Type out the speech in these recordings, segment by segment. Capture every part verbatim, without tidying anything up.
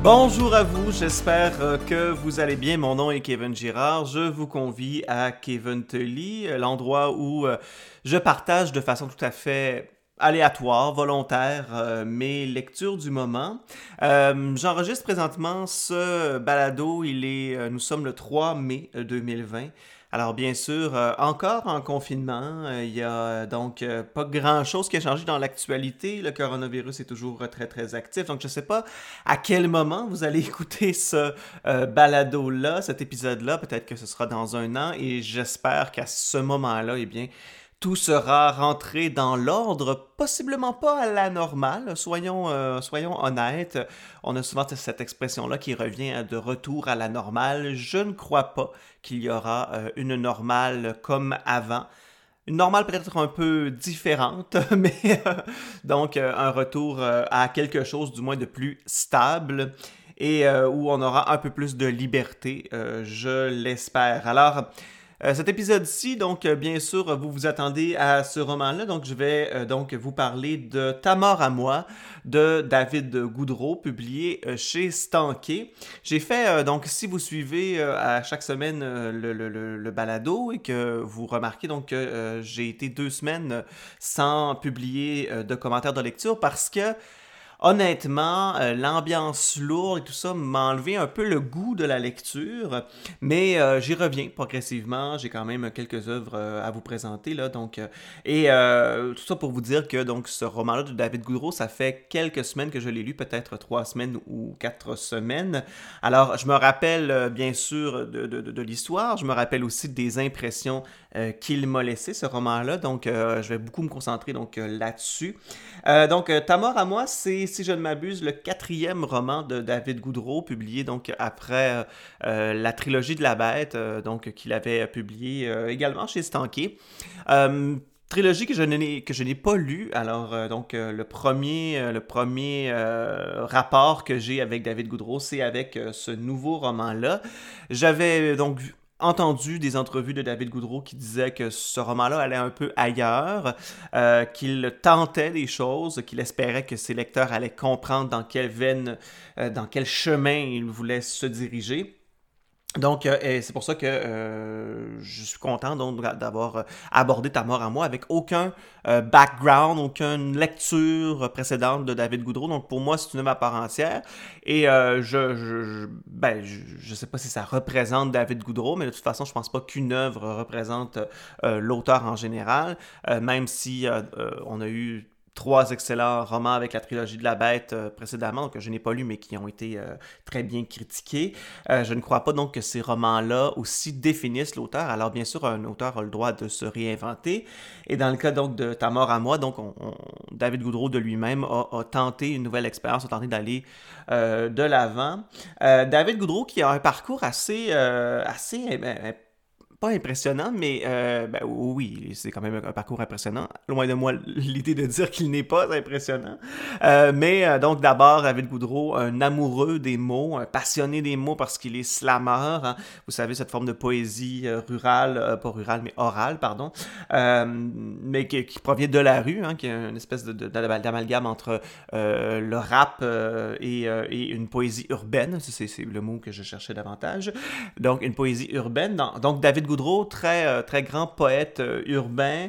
Bonjour à vous, j'espère euh, que vous allez bien. Mon nom est Kevin Girard. Je vous convie à Kevin Te lit, euh, l'endroit où euh, je partage de façon tout à fait aléatoire, volontaire, euh, mes lectures du moment. Euh, j'enregistre présentement ce balado. Il est, euh, nous sommes le trois mai deux mille vingt. Alors bien sûr, euh, encore en confinement, euh, il y a euh, donc euh, pas grand-chose qui a changé dans l'actualité. Le coronavirus est toujours euh, très très actif, donc je ne sais pas à quel moment vous allez écouter ce euh, balado-là, cet épisode-là. Peut-être que ce sera dans un an et j'espère qu'à ce moment-là, eh bien, tout sera rentré dans l'ordre, possiblement pas à la normale, soyons, euh, soyons honnêtes. On a souvent cette expression-là qui revient à de retour à la normale. Je ne crois pas qu'il y aura euh, une normale comme avant. Une normale peut-être un peu différente, mais euh, donc euh, un retour euh, à quelque chose du moins de plus stable et euh, où on aura un peu plus de liberté, euh, je l'espère. Alors, euh, cet épisode-ci, donc, euh, bien sûr, vous vous attendez à ce roman-là. Donc, je vais euh, donc vous parler de Ta mort à moi de David Goudreau, publié euh, chez Stanké. J'ai fait, euh, donc, si vous suivez euh, à chaque semaine euh, le, le, le, le balado et que vous remarquez donc que euh, j'ai été deux semaines sans publier euh, de commentaires de lecture parce que honnêtement, euh, l'ambiance lourde et tout ça m'a enlevé un peu le goût de la lecture, mais euh, j'y reviens progressivement. J'ai quand même quelques œuvres euh, à vous présenter là, donc euh, et euh, tout ça pour vous dire que donc ce roman-là de David Goudreau, ça fait quelques semaines que je l'ai lu, peut-être trois semaines ou quatre semaines. Alors, je me rappelle euh, bien sûr de, de, de, de l'histoire. Je me rappelle aussi des impressions euh, qu'il m'a laissées, ce roman-là. Donc, euh, je vais beaucoup me concentrer donc euh, là-dessus. Euh, donc, euh, Ta mort à moi, c'est, si je ne m'abuse, le quatrième roman de David Goudreau, publié donc après euh, la trilogie de la bête, euh, donc qu'il avait publié euh, également chez Stanké. Euh, Trilogie que je n'ai que je n'ai pas lu. Alors euh, donc euh, le premier euh, le premier euh, rapport que j'ai avec David Goudreau, c'est avec euh, ce nouveau roman-là. J'avais euh, donc vu- entendu des entrevues de David Goudreau qui disaient que ce roman-là allait un peu ailleurs, euh, qu'il tentait des choses, qu'il espérait que ses lecteurs allaient comprendre dans quelle veine, euh, dans quel chemin il voulait se diriger. Donc, euh, et c'est pour ça que euh, je suis content donc, d'avoir euh, abordé Ta mort à moi avec aucun euh, background, aucune lecture précédente de David Goudreau. Donc, pour moi, c'est une œuvre à part entière. Et euh, je, je, je, ben, je, je sais pas si ça représente David Goudreau, mais de toute façon, je pense pas qu'une œuvre représente euh, l'auteur en général, euh, même si euh, euh, on a eu trois excellents romans avec la trilogie de la bête euh, précédemment, que je n'ai pas lu mais qui ont été euh, très bien critiqués. Euh, je ne crois pas donc que ces romans-là aussi définissent l'auteur. Alors bien sûr, un auteur a le droit de se réinventer. Et dans le cas donc de Ta mort à moi, donc on, on, David Goudreau de lui-même a, a tenté une nouvelle expérience, a tenté d'aller euh, de l'avant. Euh, David Goudreau qui a un parcours assez, euh, assez euh, pas impressionnant, mais euh, ben, oui, c'est quand même un parcours impressionnant. Loin de moi l'idée de dire qu'il n'est pas impressionnant. Euh, mais euh, donc d'abord, David Goudreau, un amoureux des mots, un passionné des mots parce qu'il est slammer. Hein. Vous savez, cette forme de poésie euh, rurale, euh, pas rurale, mais orale, pardon, euh, mais qui, qui provient de la rue, hein, qui est une espèce de, de, d'amalgame entre euh, le rap euh, et, euh, et une poésie urbaine. C'est, c'est le mot que je cherchais davantage. Donc, une poésie urbaine. Donc, David Goudreau, très, euh, très grand poète euh, urbain,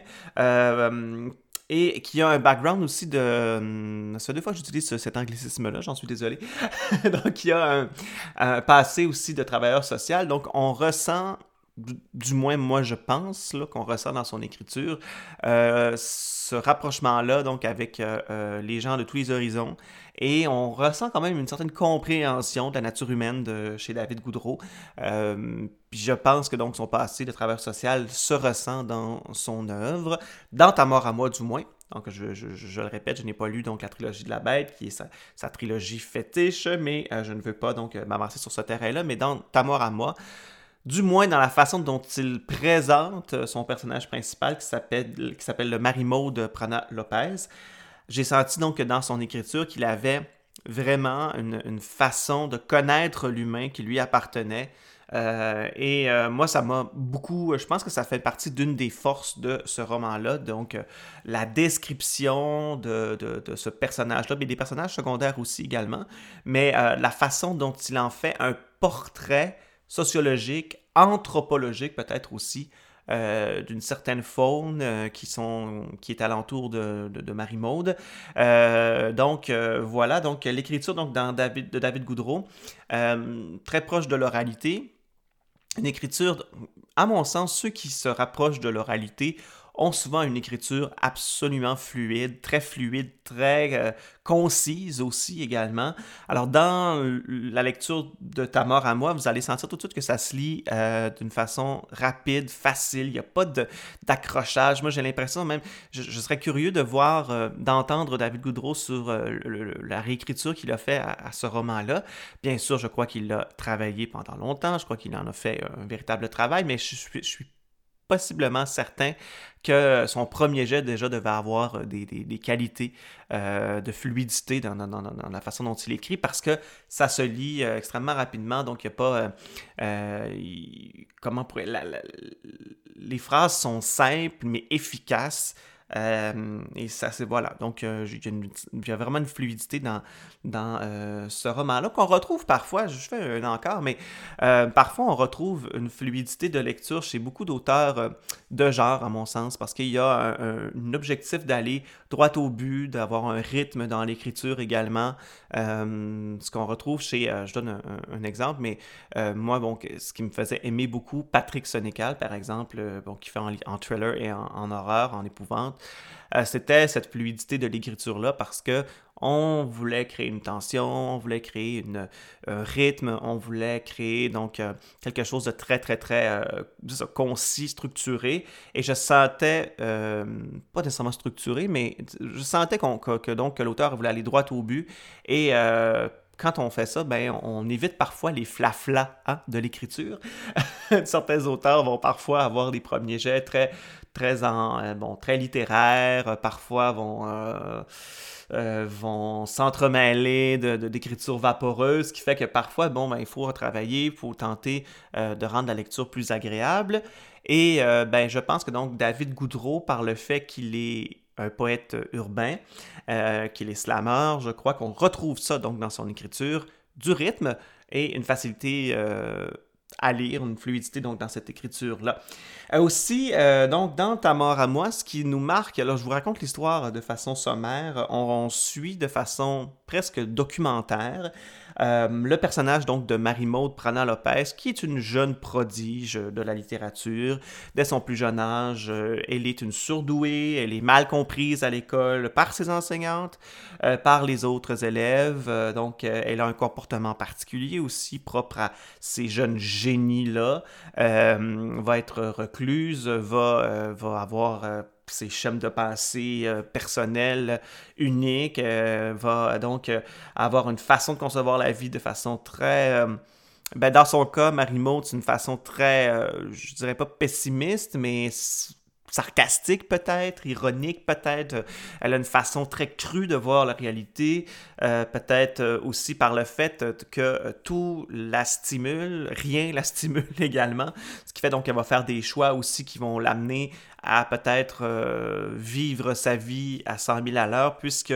euh, et qui a un background aussi de... Euh, ça fait deux fois que j'utilise ce- cet anglicisme-là, j'en suis désolé. Donc, il y a un, un passé aussi de travailleur social. Donc, on ressent, du, du moins moi je pense, là, qu'on ressent dans son écriture, euh, ce rapprochement-là donc avec euh, euh, les gens de tous les horizons. Et on ressent quand même une certaine compréhension de la nature humaine de, chez David Goudreau. Euh, puis je pense que donc son passé de travailleur social se ressent dans son œuvre, dans Ta mort à moi du moins. Donc je, je, je le répète, je n'ai pas lu donc la trilogie de la bête, qui est sa, sa trilogie fétiche, mais euh, je ne veux pas donc m'avancer sur ce terrain-là. Mais dans Ta mort à moi, du moins dans la façon dont il présente son personnage principal qui s'appelle, qui s'appelle le Marie-Maude Prana Lopez, j'ai senti donc que dans son écriture qu'il avait vraiment une, une façon de connaître l'humain qui lui appartenait, Euh, et euh, moi, ça m'a beaucoup... Je pense que ça fait partie d'une des forces de ce roman-là. Donc, euh, la description de, de, de ce personnage-là, mais des personnages secondaires aussi également, mais euh, la façon dont il en fait un portrait sociologique, anthropologique peut-être aussi, euh, d'une certaine faune euh, qui, sont, qui est alentour de, de, de Marie-Maude. Euh, donc euh, voilà, donc l'écriture donc, dans David, de David Goudreau, euh, très proche de l'oralité. Une écriture, à mon sens, ceux qui se rapprochent de l'oralité ont souvent une écriture absolument fluide, très fluide, très euh, concise aussi également. Alors dans la lecture de Ta mort à moi, vous allez sentir tout de suite que ça se lit euh, d'une façon rapide, facile, il n'y a pas de, d'accrochage. Moi j'ai l'impression même, je, je serais curieux de voir, euh, d'entendre David Goudreau sur euh, le, le, la réécriture qu'il a fait à, à ce roman-là. Bien sûr, je crois qu'il l'a travaillé pendant longtemps, je crois qu'il en a fait un véritable travail, mais je suis, je suis possiblement certain que son premier jet déjà devait avoir des, des, des qualités euh, de fluidité dans, dans, dans, dans la façon dont il écrit parce que ça se lit euh, extrêmement rapidement, donc il n'y a pas... Euh, euh, il, comment pourrait... La, la, les phrases sont simples mais efficaces. Euh, et ça, c'est voilà. Donc, euh, il y a une- il y a vraiment une fluidité dans, dans euh, ce roman-là qu'on retrouve parfois, je fais un encart, mais euh, parfois on retrouve une fluidité de lecture chez beaucoup d'auteurs euh, de genre, à mon sens, parce qu'il y a un, un- un objectif d'aller droit au but, d'avoir un rythme dans l'écriture également. Euh, ce qu'on retrouve chez, euh, je donne un, un- un exemple, mais euh, moi, bon, que- ce qui me faisait aimer beaucoup, Patrick Sénécal, par exemple, euh, bon, qui fait en, li- en thriller et en, en horreur, en épouvante, euh, c'était cette fluidité de l'écriture-là parce que on voulait créer une tension, on voulait créer une, un rythme, on voulait créer donc euh, quelque chose de très, très, très euh, disons, concis, structuré. Et je sentais, euh, pas nécessairement structuré, mais je sentais qu'on, que, que, donc, que l'auteur voulait aller droit au but. Et euh, quand on fait ça, ben, on évite parfois les flaflas hein, de l'écriture. Certains auteurs vont parfois avoir des premiers jets très, très, en, euh, bon, très littéraires, euh, parfois vont, euh, euh, vont s'entremêler de, de- d'écriture vaporeuse, ce qui fait que parfois, bon, ben, il faut retravailler, il faut tenter euh, de rendre la lecture plus agréable. Et euh, ben, je pense que donc David Goudreau, par le fait qu'il est un poète urbain, euh, qu'il est slammer, je crois qu'on retrouve ça donc dans son écriture, du rythme et une facilité euh, à lire, une fluidité donc dans cette écriture-là. Euh, aussi, euh, donc dans Ta mort à moi, ce qui nous marque, alors je vous raconte l'histoire de façon sommaire, on, on suit de façon presque documentaire euh, le personnage donc de Marie-Maude Prana Lopez, qui est une jeune prodige de la littérature. Dès son plus jeune âge, euh, elle est une surdouée, elle est mal comprise à l'école par ses enseignantes, euh, par les autres élèves. Euh, donc, euh, elle a un comportement particulier aussi propre à ces jeunes génies-là. Euh, va être recluse, va, euh, va avoir euh, ses schèmes de pensée euh, personnels uniques, euh, va donc euh, avoir une façon de concevoir la vie de façon très... euh, ben, dans son cas, Marie-Maude, c'est une façon très, euh, je dirais pas pessimiste, mais sarcastique peut-être, ironique peut-être. Elle a une façon très crue de voir la réalité, euh, peut-être euh, aussi par le fait euh, que euh, tout la stimule, rien la stimule également, ce qui fait donc qu'elle va faire des choix aussi qui vont l'amener à peut-être euh, vivre sa vie à cent mille à l'heure, puisque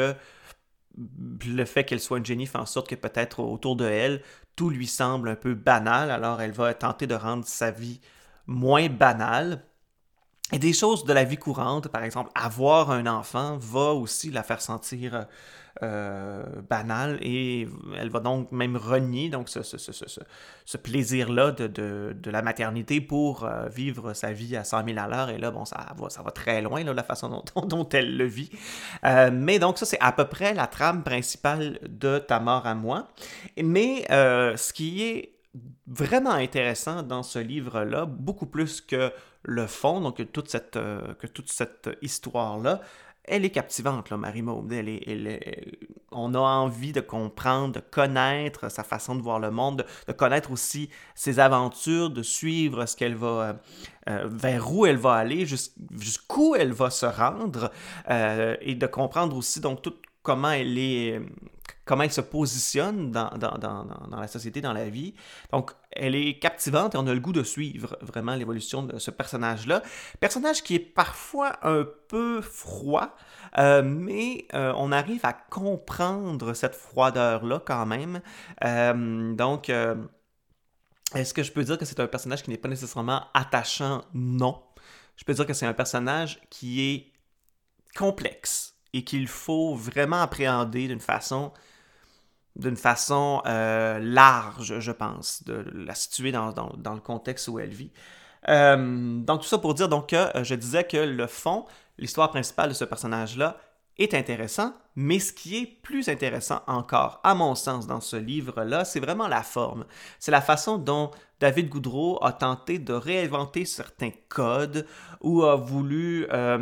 le fait qu'elle soit une génie fait en sorte que peut-être autour de elle, tout lui semble un peu banal, alors elle va tenter de rendre sa vie moins banale. Et des choses de la vie courante, par exemple, avoir un enfant va aussi la faire sentir euh, banale et elle va donc même renier donc ce, ce, ce, ce, ce plaisir-là de, de, de la maternité pour euh, vivre sa vie à cent mille à l'heure. Et là, bon, ça va, ça va très loin, là, la façon dont, dont elle le vit. Euh, mais donc, ça, c'est à peu près la trame principale de Ta mort à moi. Mais euh, ce qui est vraiment intéressant dans ce livre-là, beaucoup plus que le fond, donc que toute cette, euh, que toute cette histoire-là, elle est captivante, là, Marie-Maude. Elle est, elle est- on a envie de comprendre, de connaître sa façon de voir le monde, de, de connaître aussi ses aventures, de suivre ce qu'elle va, euh, euh, vers où elle va aller, jus- jusqu'où elle va se rendre, euh, et de comprendre aussi donc tout comment elle est, comment elle se positionne dans, dans, dans, dans la société, dans la vie. Donc, elle est captivante et on a le goût de suivre vraiment l'évolution de ce personnage-là. Personnage qui est parfois un peu froid, euh, mais euh, on arrive à comprendre cette froideur-là quand même. Euh, donc, euh, est-ce que je peux dire que c'est un personnage qui n'est pas nécessairement attachant? Non. Je peux dire que c'est un personnage qui est complexe et qu'il faut vraiment appréhender d'une façon d'une façon euh, large, je pense, de la situer dans, dans, dans le contexte où elle vit. Euh, donc tout ça pour dire donc que euh, je disais que le fond, l'histoire principale de ce personnage-là est intéressant, mais ce qui est plus intéressant encore, à mon sens, dans ce livre-là, c'est vraiment la forme. C'est la façon dont David Goudreau a tenté de réinventer certains codes ou a voulu euh,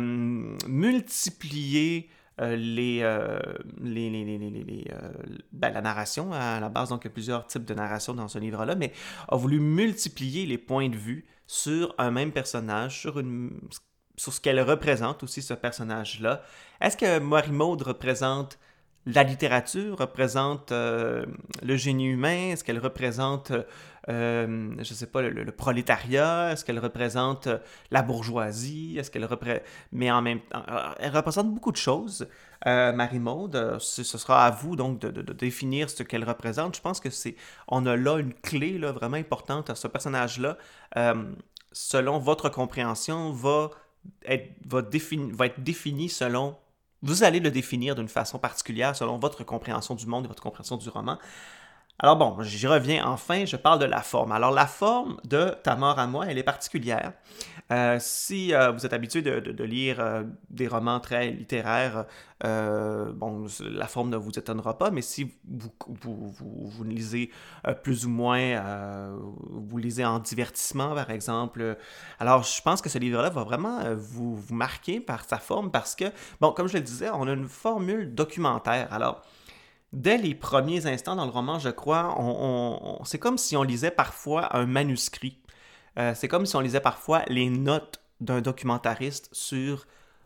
multiplier euh, les, euh, les, les, les, les, les euh, ben, la narration à la base, donc il y a plusieurs types de narration dans ce livre-là, mais a voulu multiplier les points de vue sur un même personnage, sur une sur ce qu'elle représente aussi, ce personnage-là. Est-ce que Marie-Maude représente la littérature, représente euh, le génie humain? Est-ce qu'elle représente, euh, je ne sais pas, le, le prolétariat? Est-ce qu'elle représente la bourgeoisie? Est-ce qu'elle représente... Mais en même temps, elle représente beaucoup de choses. Euh, Marie-Maude, ce sera à vous donc de, de, de définir ce qu'elle représente. Je pense que c'est, on a là une clé là, vraiment importante à ce personnage-là. Euh, selon votre compréhension, va être, va, défini, va être défini selon... Vous allez le définir d'une façon particulière selon votre compréhension du monde et votre compréhension du roman. Alors bon, j'y reviens enfin, je parle de la forme. Alors la forme de Ta mort à moi, elle est particulière. Euh, si euh, vous êtes habitué de, de, de lire euh, des romans très littéraires, euh, bon, la forme ne vous étonnera pas, mais si vous, vous, vous, vous lisez euh, plus ou moins, euh, vous lisez en divertissement par exemple, alors je pense que ce livre-là va vraiment euh, vous, vous marquer par sa forme parce que, bon, comme je le disais, on a une formule documentaire. Alors, dès les premiers instants dans le roman, je crois, on, on, on, c'est comme si on lisait parfois un manuscrit. Euh, c'est comme si on lisait parfois les notes d'un documentariste sur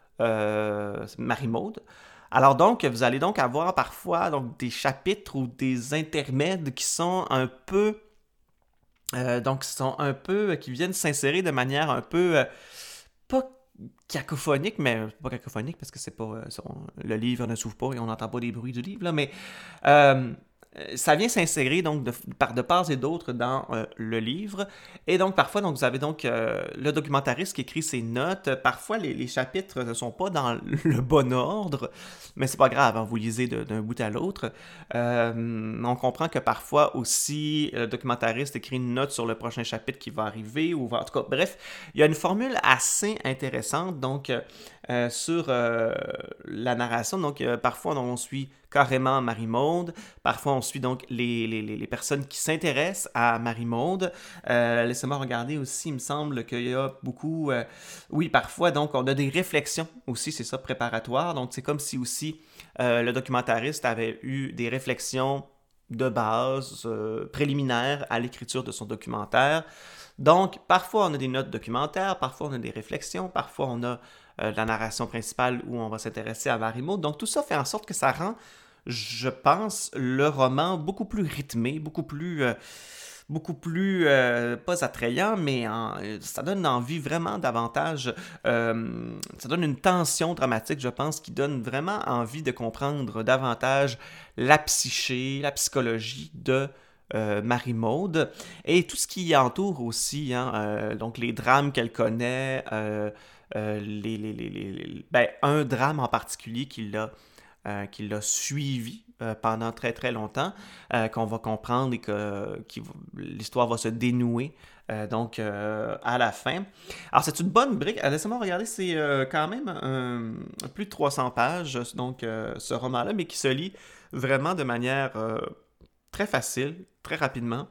euh, Marie-Maude. Alors donc, vous allez donc avoir parfois donc, des chapitres ou des intermèdes qui sont un peu... Euh, donc, qui sont un peu... qui viennent s'insérer de manière un peu... Euh, pas cacophonique, mais pas cacophonique parce que c'est pas euh, son, le livre ne s'ouvre pas et on n'entend pas les bruits du livre, là, mais euh, ça vient s'insérer donc de, par de part et d'autre dans euh, le livre. Et donc parfois, donc, vous avez donc euh, le documentariste qui écrit ses notes. Parfois, les, les chapitres ne sont pas dans le bon ordre, mais c'est pas grave, hein, vous lisez de, d'un bout à l'autre. Euh, on comprend que parfois aussi, le documentariste écrit une note sur le prochain chapitre qui va arriver, ou va, en tout cas, bref, il y a une formule assez intéressante donc euh, sur euh, la narration. Donc euh, parfois, on suit carrément Marie-Maude. Parfois, on suit donc les, les, les personnes qui s'intéressent à Marie-Maude. Euh, laissez-moi regarder aussi, il me semble qu'il y a beaucoup... Euh, oui, parfois, donc, on a des réflexions aussi, c'est ça, préparatoires. Donc, c'est comme si aussi euh, le documentariste avait eu des réflexions de base, euh, préliminaires à l'écriture de son documentaire. Donc, parfois, on a des notes documentaires, parfois, on a des réflexions, parfois, on a euh, la narration principale où on va s'intéresser à Marie-Maude. Donc, tout ça fait en sorte que ça rend, je pense, le roman beaucoup plus rythmé, beaucoup plus, euh, beaucoup plus, euh, pas attrayant, mais en, ça donne envie vraiment davantage, euh, ça donne une tension dramatique, je pense, qui donne vraiment envie de comprendre davantage la psyché, la psychologie de euh, Marie-Maude et tout ce qui entoure aussi, hein, euh, donc les drames qu'elle connaît, euh, euh, les, les, les, les, ben, un drame en particulier qui l'a Euh, qui l'a suivi euh, pendant très très longtemps, euh, qu'on va comprendre et que qui, l'histoire va se dénouer euh, donc euh, à la fin. Alors c'est une bonne brique. Euh, laissez-moi regarder, c'est euh, quand même un, plus de trois cents pages, donc euh, ce roman-là, mais qui se lit vraiment de manière euh, très facile, très rapidement.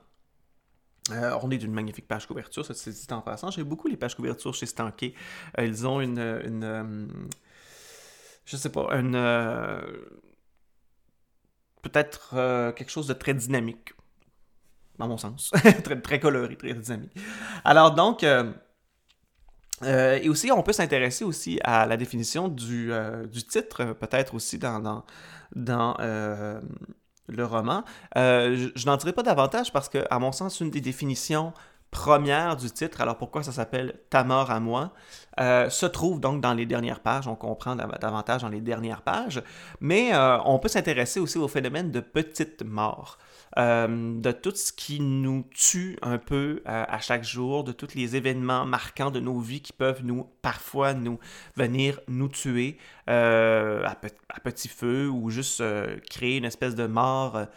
Euh, on est d'une magnifique page couverture, ça c'est dit en passant. J'aime beaucoup les pages couvertures chez Stankey. Euh, ils ont une... une euh, je sais pas, une... Euh, peut-être euh, quelque chose de très dynamique, dans mon sens. très, très coloré, très dynamique. Alors donc... Euh, Euh, et aussi, on peut s'intéresser aussi à la définition du, euh, du titre, peut-être aussi dans, dans, dans, euh, le roman. Euh, je je n'en dirai pas davantage parce que, à mon sens, une des définitions premières du titre, alors pourquoi ça s'appelle Ta mort à moi, euh, se trouve donc dans les dernières pages. On comprend dav- davantage dans les dernières pages, mais euh, on peut s'intéresser aussi au phénomène de petite mort, euh, de tout ce qui nous tue un peu euh, à chaque jour, de tous les événements marquants de nos vies qui peuvent nous parfois nous venir nous tuer euh, à, pe- à petit feu ou juste euh, créer une espèce de mort euh,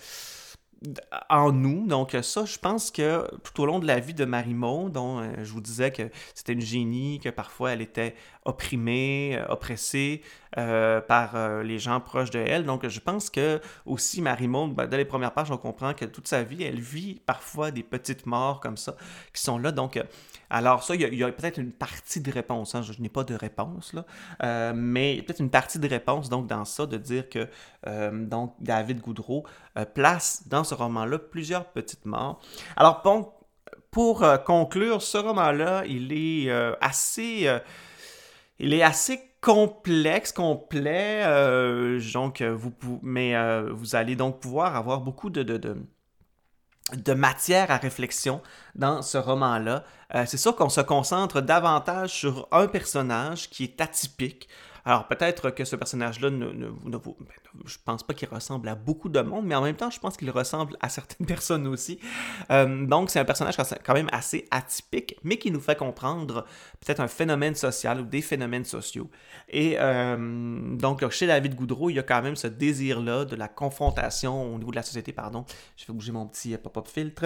en nous. Donc ça, je pense que tout au long de la vie de Marie-Maud, dont euh, je vous disais que c'était une génie, que parfois elle était opprimée, euh, oppressée euh, par euh, les gens proches de elle. Donc je pense que aussi Marie-Maud, ben, dès les premières pages, on comprend que toute sa vie, elle vit parfois des petites morts comme ça qui sont là. Donc, euh, alors ça, il y a, il y a peut-être une partie de réponse. Hein. Je, je n'ai pas de réponse, là. Euh, mais il y a peut-être une partie de réponse donc dans ça, de dire que euh, donc David Goudreau euh, place dans ce roman-là plusieurs petites morts. Alors, bon, pour euh, conclure, ce roman-là, il est euh, assez, euh, il est assez complexe, complet. Euh, donc, euh, vous, pou- mais euh, vous allez donc pouvoir avoir beaucoup de, de, de, de matière à réflexion dans ce roman-là. Euh, c'est sûr qu'on se concentre davantage sur un personnage qui est atypique. Alors peut-être que ce personnage-là, ne, ne, ne, vaut- ben, je pense pas qu'il ressemble à beaucoup de monde, mais en même temps, je pense qu'il ressemble à certaines personnes aussi. Euh, donc c'est un personnage quand même assez atypique, mais qui nous fait comprendre peut-être un phénomène social ou des phénomènes sociaux. Et euh, donc chez David Goudreau, il y a quand même ce désir-là de la confrontation au niveau de la société, pardon. Je vais bouger mon petit pop-up filtre.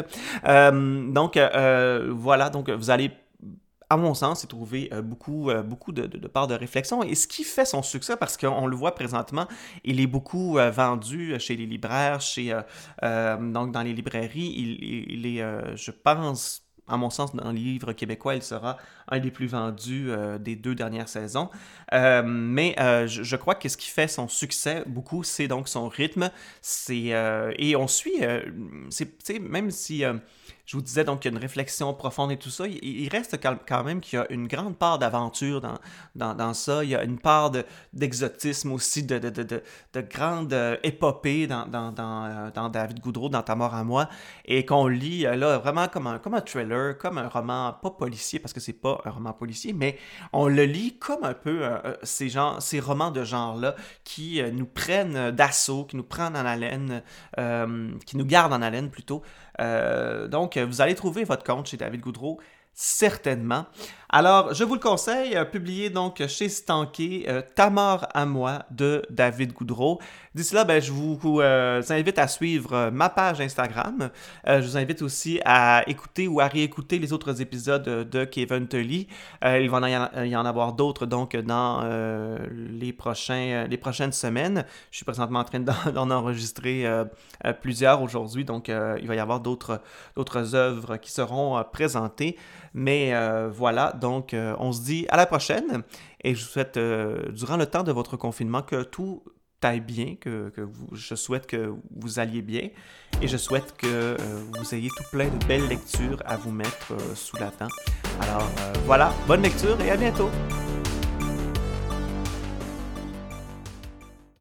Euh, donc euh, voilà, donc vous allez à mon sens, y trouver euh, beaucoup, euh, beaucoup de, de, de parts de réflexion. Et ce qui fait son succès, parce qu'on le voit présentement, il est beaucoup euh, vendu chez les libraires, chez, euh, euh, donc dans les librairies. Il, il, il est, euh, je pense, à mon sens, dans les livres québécois, il sera un des plus vendus euh, des deux dernières saisons. Euh, mais euh, je, je crois que ce qui fait son succès beaucoup, c'est donc son rythme. C'est, euh, et on suit, euh, c'est, tu sais, même si... euh, je vous disais donc qu'il y a une réflexion profonde et tout ça. Il, il reste quand même qu'il y a une grande part d'aventure dans, dans, dans ça. Il y a une part de, d'exotisme aussi, de, de, de, de, de grande euh, épopée dans, dans, dans, euh, dans David Goudreau, dans Ta mort à moi, et qu'on lit euh, là vraiment comme un, comme un thriller, comme un roman, pas policier, parce que c'est pas un roman policier, mais on le lit comme un peu euh, euh, ces, gens, ces romans de genre-là qui euh, nous prennent d'assaut, qui nous prennent en haleine, euh, qui nous gardent en haleine plutôt. Euh, donc, vous allez trouver votre compte chez David Goudreau, certainement. Alors, je vous le conseille, euh, publié donc chez Stanké, euh, Ta mort à moi de David Goudreau. D'ici là, ben, je vous euh, invite à suivre euh, ma page Instagram. Euh, je vous invite aussi à écouter ou à réécouter les autres épisodes de Kevin Tully. Euh, il va y en, y en avoir d'autres donc dans euh, les, prochains, les prochaines semaines. Je suis présentement en train d'en, d'en enregistrer euh, euh, plusieurs aujourd'hui, donc euh, il va y avoir d'autres, d'autres œuvres qui seront euh, présentées. Mais euh, voilà, donc euh, on se dit à la prochaine et je vous souhaite, euh, durant le temps de votre confinement, que tout aille bien, que, que vous, je souhaite que vous alliez bien et je souhaite que euh, vous ayez tout plein de belles lectures à vous mettre euh, sous la dent. Alors euh, voilà, bonne lecture et à bientôt!